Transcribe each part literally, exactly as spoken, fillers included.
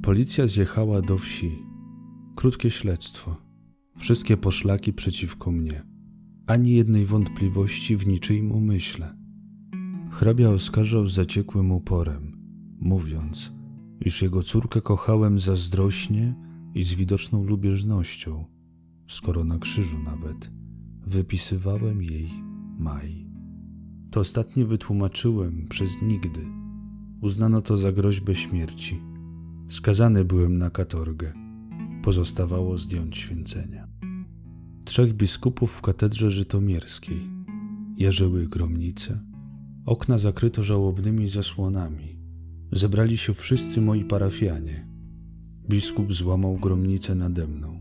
Policja zjechała do wsi. Krótkie śledztwo. Wszystkie poszlaki przeciwko mnie. Ani jednej wątpliwości w niczyim umyśle. Hrabia oskarżał z zaciekłym uporem, mówiąc, iż jego córkę kochałem zazdrośnie i z widoczną lubieżnością, skoro na krzyżu nawet wypisywałem jej Maj. To ostatnie wytłumaczyłem przez nigdy. Uznano to za groźbę śmierci. Skazany byłem na katorgę. Pozostawało zdjąć święcenia. Trzech biskupów w katedrze żytomierskiej. Jarzyły gromnice. Okna zakryto żałobnymi zasłonami. Zebrali się wszyscy moi parafianie. Biskup złamał gromnicę nade mną.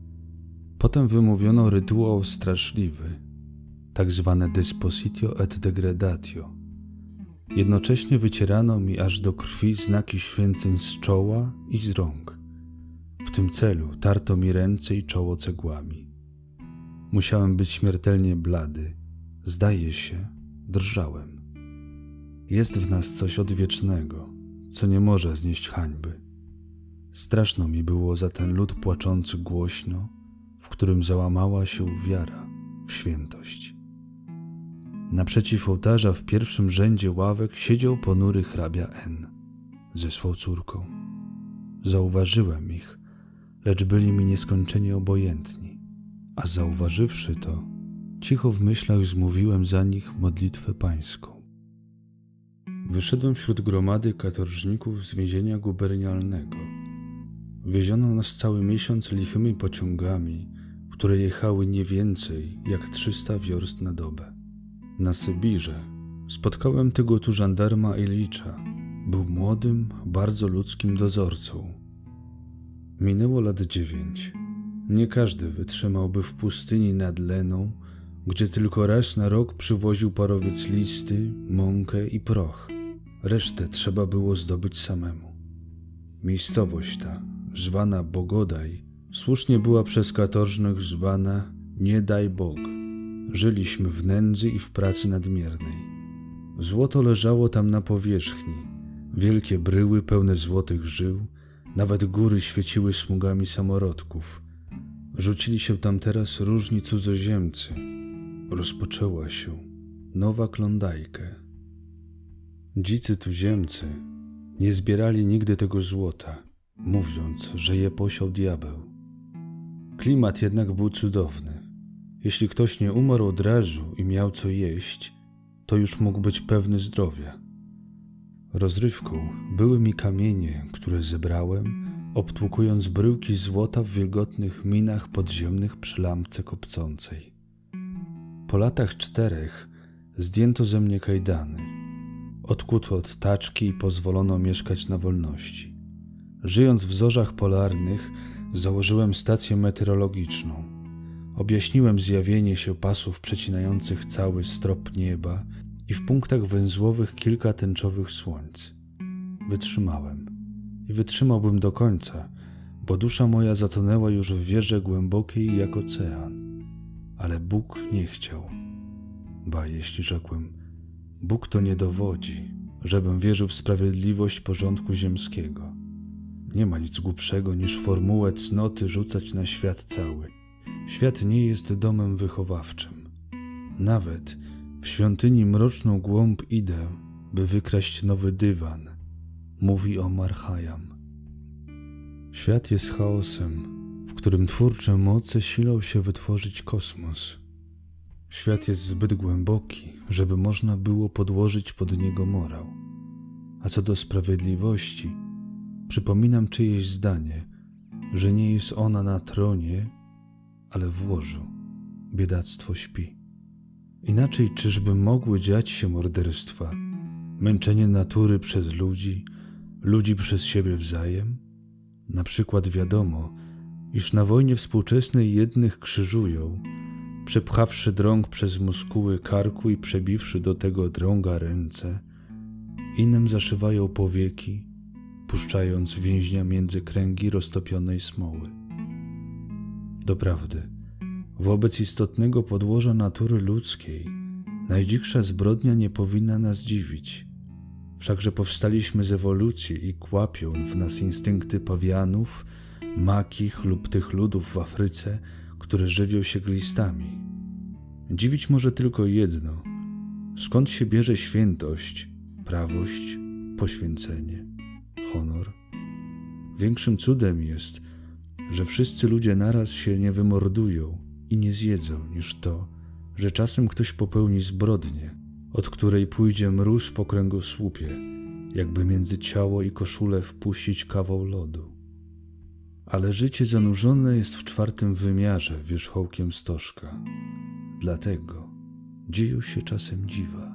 Potem wymówiono rytuał straszliwy, tak zwane dispositio et degradatio. Jednocześnie wycierano mi aż do krwi znaki święceń z czoła i z rąk. W tym celu tarto mi ręce i czoło cegłami. Musiałem być śmiertelnie blady. Zdaje się, drżałem. Jest w nas coś odwiecznego, co nie może znieść hańby. Straszno mi było za ten lud płaczący głośno, w którym załamała się wiara w świętość. Naprzeciw ołtarza w pierwszym rzędzie ławek siedział ponury hrabia N. ze swą córką. Zauważyłem ich, lecz byli mi nieskończenie obojętni, a zauważywszy to, cicho w myślach zmówiłem za nich modlitwę pańską. Wyszedłem wśród gromady katorżników z więzienia gubernialnego. Wieziono nas cały miesiąc lichymi pociągami, które jechały nie więcej jak trzysta wiorst na dobę. Na Sybirze spotkałem tego tu żandarma Ilicza. Był młodym, bardzo ludzkim dozorcą. Minęło lat dziewięć. Nie każdy wytrzymałby w pustyni nad Leną, gdzie tylko raz na rok przywoził parowiec listy, mąkę i proch. Resztę trzeba było zdobyć samemu. Miejscowość ta, zwana Bogodaj, słusznie była przez katorżnych zwana Nie daj Bóg. Żyliśmy w nędzy i w pracy nadmiernej. Złoto leżało tam na powierzchni, wielkie bryły pełne złotych żył, nawet góry świeciły smugami samorodków. Rzucili się tam teraz różni cudzoziemcy. Rozpoczęła się nowa klondajka. Dzicy tuziemcy nie zbierali nigdy tego złota, mówiąc, że je posiał diabeł. Klimat jednak był cudowny. Jeśli ktoś nie umarł od razu i miał co jeść, to już mógł być pewny zdrowia. Rozrywką były mi kamienie, które zebrałem, obtłukując bryłki złota w wilgotnych minach podziemnych przy lampce kopcącej. Po latach czterech zdjęto ze mnie kajdany. Odkuto od taczki i pozwolono mieszkać na wolności. Żyjąc w zorzach polarnych, założyłem stację meteorologiczną. Objaśniłem zjawienie się pasów przecinających cały strop nieba i w punktach węzłowych kilka tęczowych słońc. Wytrzymałem i wytrzymałbym do końca, bo dusza moja zatonęła już w wierze głębokiej jak ocean. Ale Bóg nie chciał. Ba, jeśli rzekłem, Bóg to nie dowodzi, żebym wierzył w sprawiedliwość porządku ziemskiego. Nie ma nic głupszego niż formułę cnoty rzucać na świat cały. Świat nie jest domem wychowawczym. Nawet w świątyni mroczną głąb idę, by wykraść nowy dywan, mówi Omar Khayyam. Świat jest chaosem, w którym twórcze moce silą się wytworzyć kosmos. Świat jest zbyt głęboki, żeby można było podłożyć pod niego morał. A co do sprawiedliwości, przypominam czyjeś zdanie, że nie jest ona na tronie, ale w łożu. Biedactwo śpi. Inaczej czyżby mogły dziać się morderstwa, męczenie natury przez ludzi, ludzi przez siebie wzajem? Na przykład wiadomo, iż na wojnie współczesnej jednych krzyżują, przepchawszy drąg przez muskuły karku i przebiwszy do tego drąga ręce, innym zaszywają powieki, puszczając więźnia między kręgi roztopionej smoły. Doprawdy, wobec istotnego podłoża natury ludzkiej najdziksza zbrodnia nie powinna nas dziwić. Wszakże powstaliśmy z ewolucji i kłapią w nas instynkty pawianów, makich lub tych ludów w Afryce, które żywią się glistami. Dziwić może tylko jedno: skąd się bierze świętość, prawość, poświęcenie, honor? Większym cudem jest, że wszyscy ludzie naraz się nie wymordują i nie zjedzą, niż to, że czasem ktoś popełni zbrodnię, od której pójdzie mróz po kręgosłupie, jakby między ciało i koszulę wpuścić kawał lodu. Ale życie zanurzone jest w czwartym wymiarze wierzchołkiem stożka. Dlatego dzieją się czasem dziwa.